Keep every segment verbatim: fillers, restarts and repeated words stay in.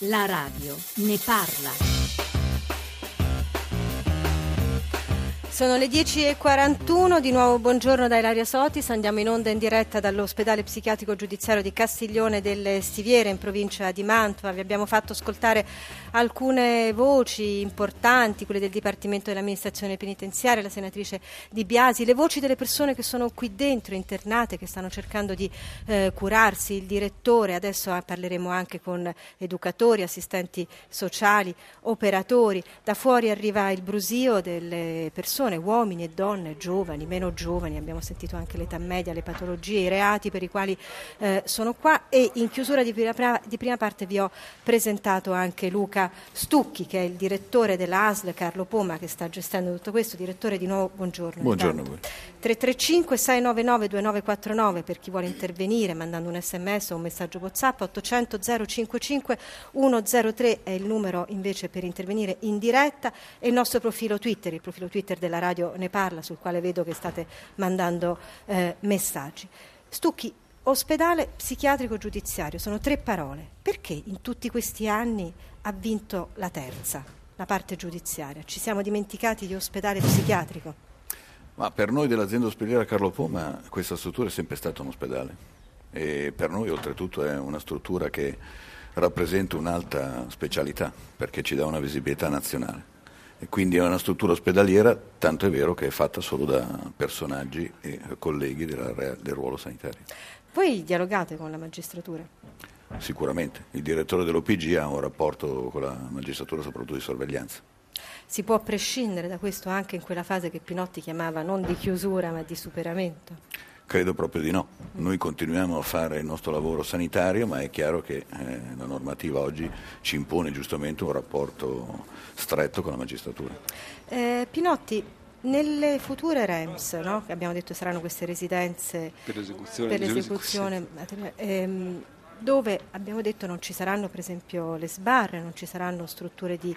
La radio ne parla. Sono le dieci e quarantuno, di nuovo buongiorno da Ilaria Sotis, andiamo in onda in diretta dall'ospedale psichiatrico giudiziario di Castiglione delle Stiviere in provincia di Mantova. Vi abbiamo fatto ascoltare alcune voci importanti, quelle del Dipartimento dell'Amministrazione Penitenziaria, la senatrice Di Biasi, le voci delle persone che sono qui dentro internate, che stanno cercando di eh, curarsi, il direttore, adesso eh, parleremo anche con educatori, assistenti sociali, operatori. Da fuori arriva il brusio delle persone, uomini e donne, giovani, meno giovani, abbiamo sentito anche l'età media, le patologie, i reati per i quali eh, sono qua, e in chiusura di prima, di prima parte vi ho presentato anche Luca Stucchi, che è il direttore della A S L Carlo Poma, che sta gestendo tutto questo. Direttore, di nuovo buongiorno. Buongiorno a voi. tre tre cinque sei nove nove due nove quattro nove per chi vuole intervenire mandando un sms o un messaggio WhatsApp, ottocento zero cinquantacinque centotre è il numero invece per intervenire in diretta, e il nostro profilo Twitter, il profilo Twitter della radio ne parla, sul quale vedo che state mandando eh, messaggi. Stucchi, ospedale psichiatrico giudiziario, sono tre parole. Perché in tutti questi anni ha vinto la terza, la parte giudiziaria? Ci siamo dimenticati di ospedale psichiatrico? Ma per noi dell'azienda ospedaliera Carlo Poma questa struttura è sempre stata un ospedale, e per noi oltretutto è una struttura che rappresenta un'alta specialità, perché ci dà una visibilità nazionale. E quindi è una struttura ospedaliera, tanto è vero che è fatta solo da personaggi e colleghi della, del ruolo sanitario. Voi dialogate con la magistratura? Sicuramente. Il direttore dell'O P G ha un rapporto con la magistratura, soprattutto di sorveglianza. Si può prescindere da questo anche in quella fase che Pinotti chiamava non di chiusura ma di superamento? Credo proprio di no. Noi continuiamo a fare il nostro lavoro sanitario, ma è chiaro che eh, la normativa oggi ci impone giustamente un rapporto stretto con la magistratura. Eh, Pinotti, nelle future R E M S, no? Che abbiamo detto saranno queste residenze per l'esecuzione, per l'esecuzione ehm, dove abbiamo detto non ci saranno per esempio le sbarre, non ci saranno strutture di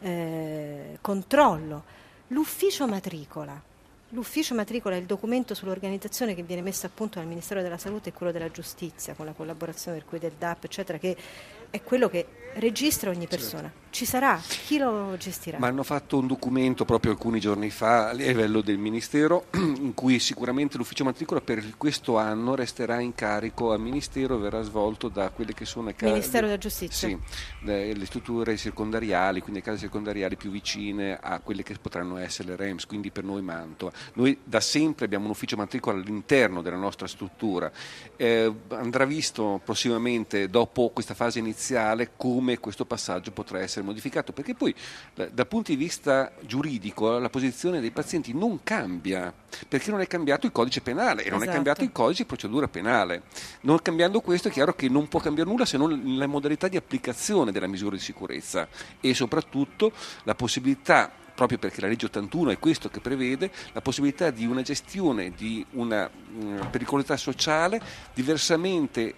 eh, controllo, l'ufficio matricola. L'ufficio matricola è il documento sull'organizzazione che viene messo a punto dal Ministero della Salute e quello della Giustizia, con la collaborazione per cui del D A P, eccetera, che è quello che registra ogni persona. Certo. Ci sarà? Chi lo gestirà? Ma hanno fatto un documento proprio alcuni giorni fa a livello del Ministero in cui sicuramente l'ufficio matricola per questo anno resterà in carico al Ministero e verrà svolto da quelle che sono le case... Ministero della Giustizia? Sì, le strutture circondariali, quindi le case circondariali più vicine a quelle che potranno essere le R E M S, quindi per noi Mantova. Noi da sempre abbiamo un ufficio matricola all'interno della nostra struttura. Eh, andrà visto prossimamente, dopo questa fase iniziale, come questo passaggio potrà essere modificato, perché poi dal punto di vista giuridico la posizione dei pazienti non cambia, perché non è cambiato il codice penale e non esatto. è cambiato il codice di procedura penale. Non cambiando questo è chiaro che non può cambiare nulla se non la modalità di applicazione della misura di sicurezza e soprattutto la possibilità, proprio perché la legge ottantuno è questo che prevede, la possibilità di una gestione di una mh, pericolosità sociale diversamente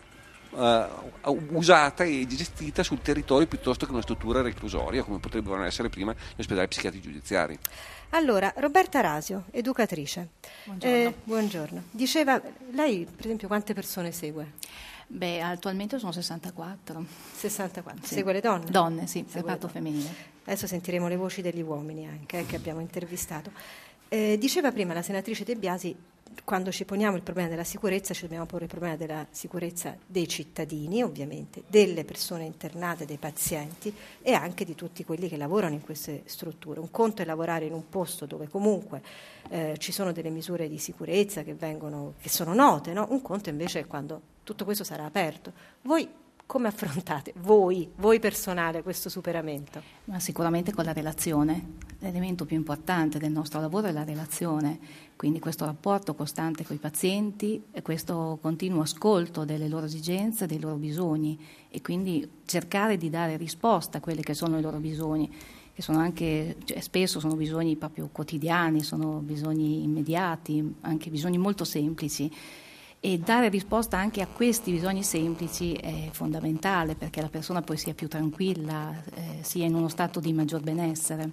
Uh, usata e gestita sul territorio piuttosto che una struttura reclusoria come potrebbero essere prima gli ospedali psichiatrici giudiziari. Allora, Roberta Rasio, educatrice. Buongiorno. Eh, buongiorno. Diceva, lei per esempio quante persone segue? Beh, attualmente sono sessantaquattro. sessantaquattro. Sì. Segue le donne? Donne, sì, Segue reparto femminile. Adesso sentiremo le voci degli uomini anche, eh, che abbiamo intervistato. Eh, diceva prima la senatrice De Biasi, quando ci poniamo il problema della sicurezza ci dobbiamo porre il problema della sicurezza dei cittadini, ovviamente, delle persone internate, dei pazienti e anche di tutti quelli che lavorano in queste strutture. Un conto è lavorare in un posto dove comunque eh, ci sono delle misure di sicurezza che vengono, che sono note, no? Un conto invece è quando tutto questo sarà aperto. Voi come affrontate, voi, voi personale, questo superamento? Ma sicuramente con la relazione. L'elemento più importante del nostro lavoro è la relazione, quindi questo rapporto costante con i pazienti e questo continuo ascolto delle loro esigenze, dei loro bisogni e quindi cercare di dare risposta a quelli che sono i loro bisogni, che sono anche, cioè, spesso sono bisogni proprio quotidiani, sono bisogni immediati, anche bisogni molto semplici. E dare risposta anche a questi bisogni semplici è fondamentale perché la persona poi sia più tranquilla, eh, sia in uno stato di maggior benessere.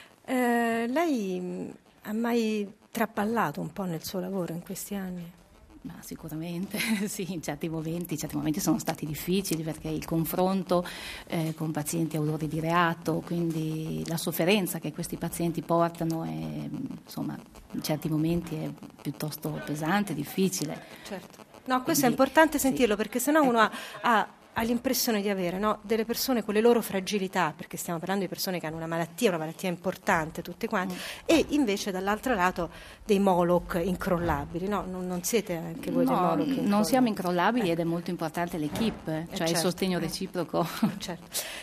Eh, lei ha mai trapallato un po' nel suo lavoro in questi anni? Ma sicuramente sì, in certi momenti, certi momenti sono stati difficili, perché il confronto eh, con pazienti autori di reato, quindi la sofferenza che questi pazienti portano è, insomma, in certi momenti è piuttosto pesante, difficile. Certo. No, questo Quindi, è importante sentirlo, sì. perché sennò uno ha, ha ha l'impressione di avere, no, delle persone con le loro fragilità, perché stiamo parlando di persone che hanno una malattia, una malattia importante tutte quante, mm. e invece dall'altro lato dei Moloch incrollabili, no? Non, non siete anche voi no, dei Moloch incrollabili? Non siamo incrollabili, eh. ed è molto importante l'equipe, cioè certo. il sostegno reciproco. Certo.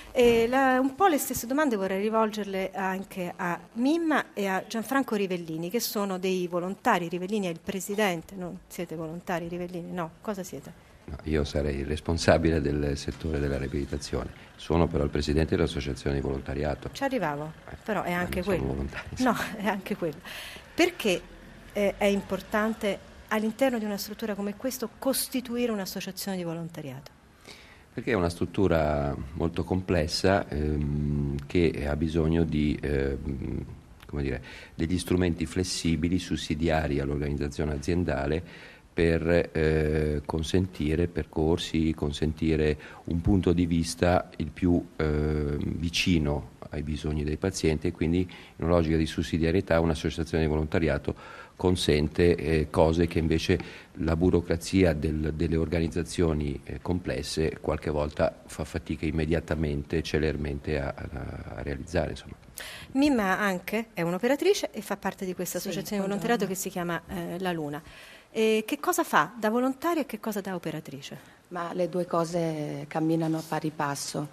E la, un po' le stesse domande vorrei rivolgerle anche a Mimma e a Gianfranco Rivellini, che sono dei volontari. Rivellini è il presidente, non siete volontari Rivellini? No, cosa siete? No, io sarei il responsabile del settore della riabilitazione, sono però il presidente dell'associazione di volontariato. Ci arrivavo, eh, però è anche quello. Volontari, sì. No, è anche quello. Perché eh, è importante all'interno di una struttura come questa costituire un'associazione di volontariato? Perché è una struttura molto complessa ehm, che ha bisogno di ehm, come dire, degli strumenti flessibili, sussidiari all'organizzazione aziendale, per eh, consentire percorsi, consentire un punto di vista il più eh, vicino ai bisogni dei pazienti, e quindi in una logica di sussidiarietà un'associazione di volontariato consente eh, cose che invece la burocrazia del, delle organizzazioni eh, complesse qualche volta fa fatica immediatamente, celermente a, a, a realizzare. Insomma. Mimma anche è un'operatrice e fa parte di questa associazione sì, di volontariato che si chiama eh, La Luna. E che cosa fa da volontaria e che cosa da operatrice? Ma le due cose camminano a pari passo,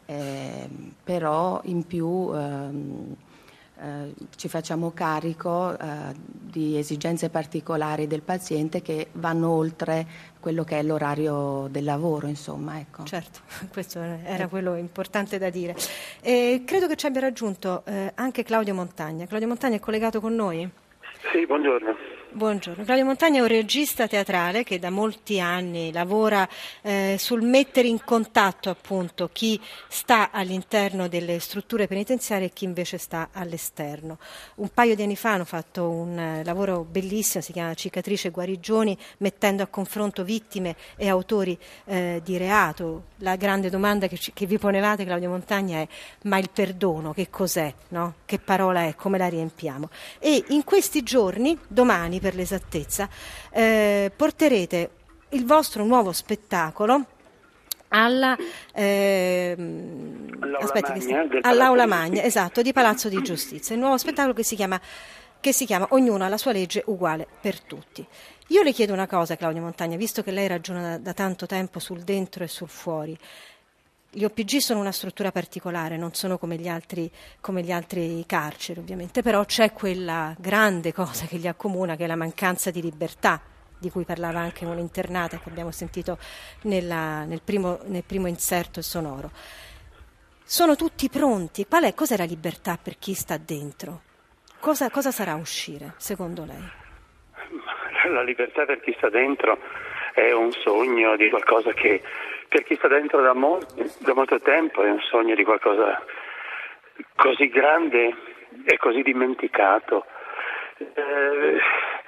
eh, però in più ehm, eh, ci facciamo carico eh, di esigenze particolari del paziente che vanno oltre quello che è l'orario del lavoro, insomma. Ecco. Certo, questo era quello importante da dire. E credo che ci abbia raggiunto eh, anche Claudio Montagna. Claudio Montagna è collegato con noi? Sì, buongiorno. Buongiorno. Claudio Montagna è un regista teatrale che da molti anni lavora eh, sul mettere in contatto appunto chi sta all'interno delle strutture penitenziarie e chi invece sta all'esterno. Un paio di anni fa hanno fatto un eh, lavoro bellissimo, si chiama Cicatrice e Guarigioni, mettendo a confronto vittime e autori eh, di reato. La grande domanda che, ci, che vi ponevate, Claudio Montagna, è: ma il perdono che cos'è? No? Che parola è? Come la riempiamo? E in questi giorni, domani per l'esattezza, eh, porterete il vostro nuovo spettacolo alla eh, aspetti, Magna, sta, all'Aula Magna, esatto, di Palazzo di Giustizia. Il nuovo spettacolo che si chiama che si chiama Ognuno ha la sua legge uguale per tutti. Io le chiedo una cosa, Claudio Montagna, visto che lei ragiona da, da tanto tempo sul dentro e sul fuori. Gli O P G sono una struttura particolare, non sono come gli altri, come gli altri carceri ovviamente, però c'è quella grande cosa che li accomuna, che è la mancanza di libertà, di cui parlava anche un'internata che abbiamo sentito nella, nel, primo, nel primo inserto sonoro. Sono tutti pronti? Qual è, cos'è la libertà per chi sta dentro? Cosa, cosa sarà uscire, secondo lei? La libertà per chi sta dentro è un sogno di qualcosa che per chi sta dentro da, mo- da molto tempo è un sogno di qualcosa così grande e così dimenticato. Eh,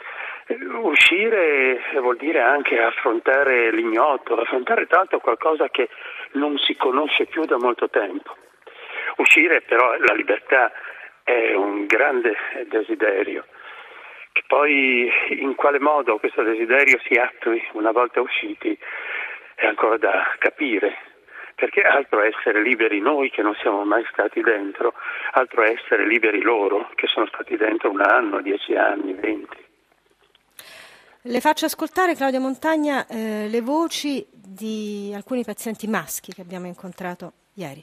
uscire vuol dire anche affrontare l'ignoto, affrontare tanto qualcosa che non si conosce più da molto tempo. Uscire però, la libertà è un grande desiderio. Che poi in quale modo questo desiderio si attui una volta usciti è ancora da capire, perché altro è essere liberi noi che non siamo mai stati dentro, altro è essere liberi loro che sono stati dentro un anno, dieci anni, venti. Le faccio ascoltare, Claudia Montagna, eh, le voci di alcuni pazienti maschi che abbiamo incontrato ieri.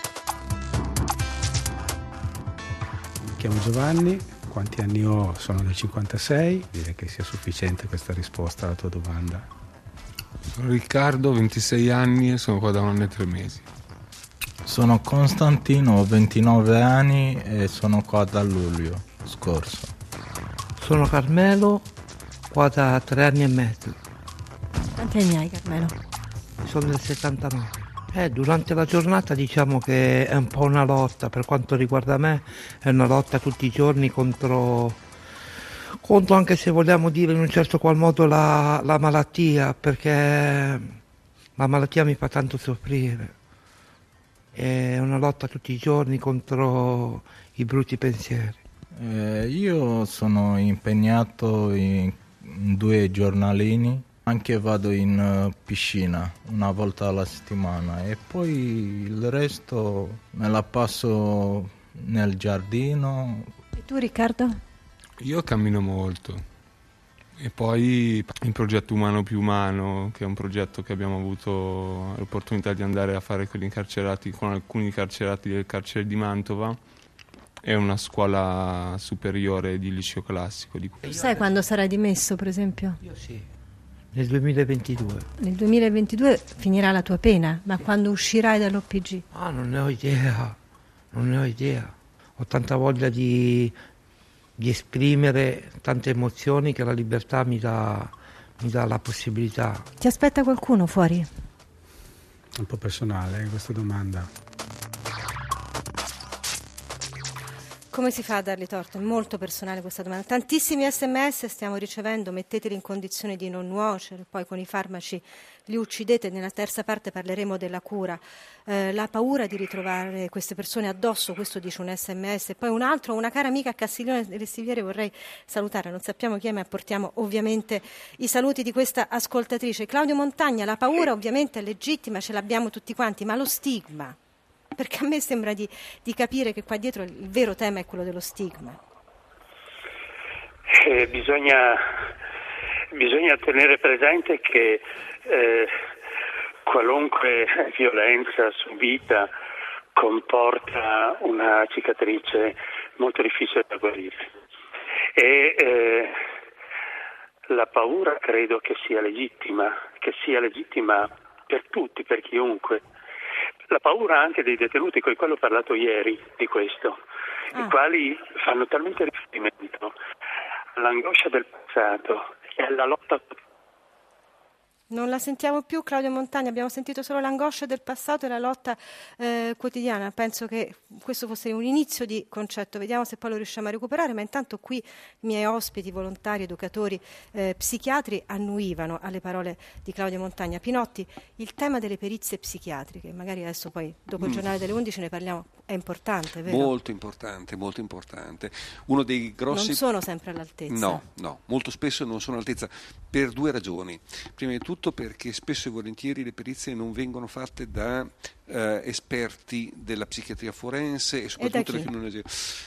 Mi chiamo Giovanni, quanti anni ho? Sono del cinquantasei, direi che sia sufficiente questa risposta alla tua domanda. Sono Riccardo, ventisei anni e sono qua da un anno e tre mesi. Sono Costantino, ho ventinove anni e sono qua da luglio scorso. Sono Carmelo, qua da tre anni e mezzo. Quanti anni hai, Carmelo? Sono del settantanove. Eh, durante la giornata diciamo che è un po' una lotta, per quanto riguarda me è una lotta tutti i giorni contro contro, anche se vogliamo dire in un certo qual modo, la, la malattia, perché la malattia mi fa tanto soffrire. È una lotta tutti i giorni contro i brutti pensieri. Eh, io sono impegnato in, in due giornalini, anche vado in uh, piscina una volta alla settimana e poi il resto me la passo nel giardino. E tu, Riccardo? Io cammino molto e poi il progetto Umano più Umano, che è un progetto che abbiamo avuto l'opportunità di andare a fare con, incarcerati, con alcuni carcerati del carcere di Mantova, è una scuola superiore di liceo classico. Di cui... Sai quando sarai dimesso, per esempio? Io sì, nel duemilaventidue. Nel duemilaventidue finirà la tua pena, ma quando uscirai dall'O P G? Ah, non ne ho idea, non ne ho idea. Ho tanta voglia di, di esprimere tante emozioni che la libertà mi dà, mi dà la possibilità. Ti aspetta qualcuno fuori? Un po' personale eh, questa domanda. Come si fa a dargli torto? È molto personale questa domanda. Tantissimi sms stiamo ricevendo, metteteli in condizione di non nuocere, poi con i farmaci li uccidete. Nella terza parte parleremo della cura, eh, la paura di ritrovare queste persone addosso, questo dice un sms. Poi un altro, una cara amica a Castiglione delle Stiviere vorrei salutare, non sappiamo chi è, ma portiamo ovviamente i saluti di questa ascoltatrice. Claudio Montagna, la paura ovviamente è legittima, ce l'abbiamo tutti quanti, ma lo stigma? Perché a me sembra di, di capire che qua dietro il vero tema è quello dello stigma. Eh, bisogna, bisogna tenere presente che eh, qualunque violenza subita comporta una cicatrice molto difficile da guarire. E eh, la paura credo che sia legittima, che sia legittima per tutti, per chiunque. La paura anche dei detenuti, con i quali ho parlato ieri di questo, ah. i quali fanno talmente riferimento all'angoscia del passato e alla lotta. Non la sentiamo più, Claudio Montagna, abbiamo sentito solo l'angoscia del passato e la lotta eh, quotidiana. Penso che questo fosse un inizio di concetto, vediamo se poi lo riusciamo a recuperare, ma intanto qui i miei ospiti, volontari, educatori, eh, psichiatri annuivano alle parole di Claudio Montagna. Pinotti, il tema delle perizie psichiatriche, magari adesso poi dopo il giornale delle undici ne parliamo, è importante, vero? Molto importante, molto importante. Uno dei grossi... Non sono sempre all'altezza. No, no, molto spesso non sono all'altezza per due ragioni. Prima di tutto perché spesso e volentieri le perizie non vengono fatte da eh, esperti della psichiatria forense e soprattutto le criminologie.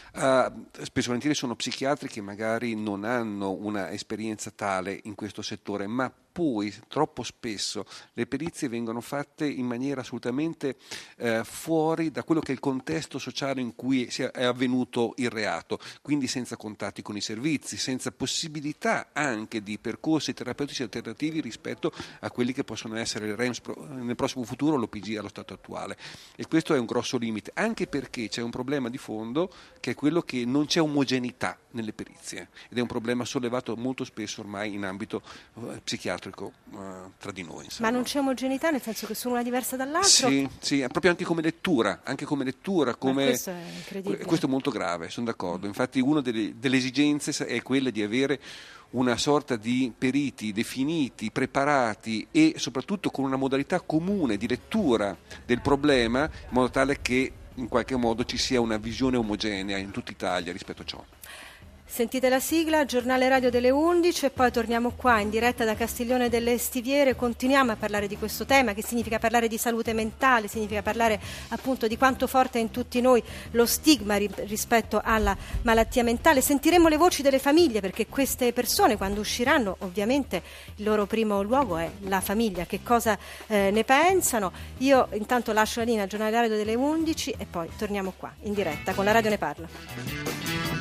Uh, spesso e volentieri sono psichiatri che magari non hanno una esperienza tale in questo settore, ma poi troppo spesso le perizie vengono fatte in maniera assolutamente eh, fuori da quello che è il contesto sociale in cui è avvenuto il reato, quindi senza contatti con i servizi, senza possibilità anche di percorsi terapeutici alternativi rispetto a quelli che possono essere il R E M S nel prossimo futuro, l'O P G allo stato attuale. E questo è un grosso limite, anche perché c'è un problema di fondo che è quello che non c'è omogeneità nelle perizie ed è un problema sollevato molto spesso ormai in ambito uh, psichiatrico uh, tra di noi. Insomma. Ma non c'è omogeneità nel senso che sono una diversa dall'altra? Sì, sì, proprio anche come lettura, anche come lettura, come... questo è incredibile. Questo è molto grave, sono d'accordo. Infatti una delle, delle esigenze è quella di avere una sorta di periti definiti, preparati e soprattutto con una modalità comune di lettura del problema in modo tale che in qualche modo ci sia una visione omogenea in tutta Italia rispetto a ciò. Sentite la sigla, giornale radio delle undici e poi torniamo qua in diretta da Castiglione delle Stiviere, continuiamo a parlare di questo tema che significa parlare di salute mentale, significa parlare appunto di quanto forte è in tutti noi lo stigma rispetto alla malattia mentale. Sentiremo le voci delle famiglie perché queste persone quando usciranno ovviamente il loro primo luogo è la famiglia, che cosa eh, ne pensano. Io intanto lascio la linea al giornale radio delle undici e poi torniamo qua in diretta con la Radio Ne Parla.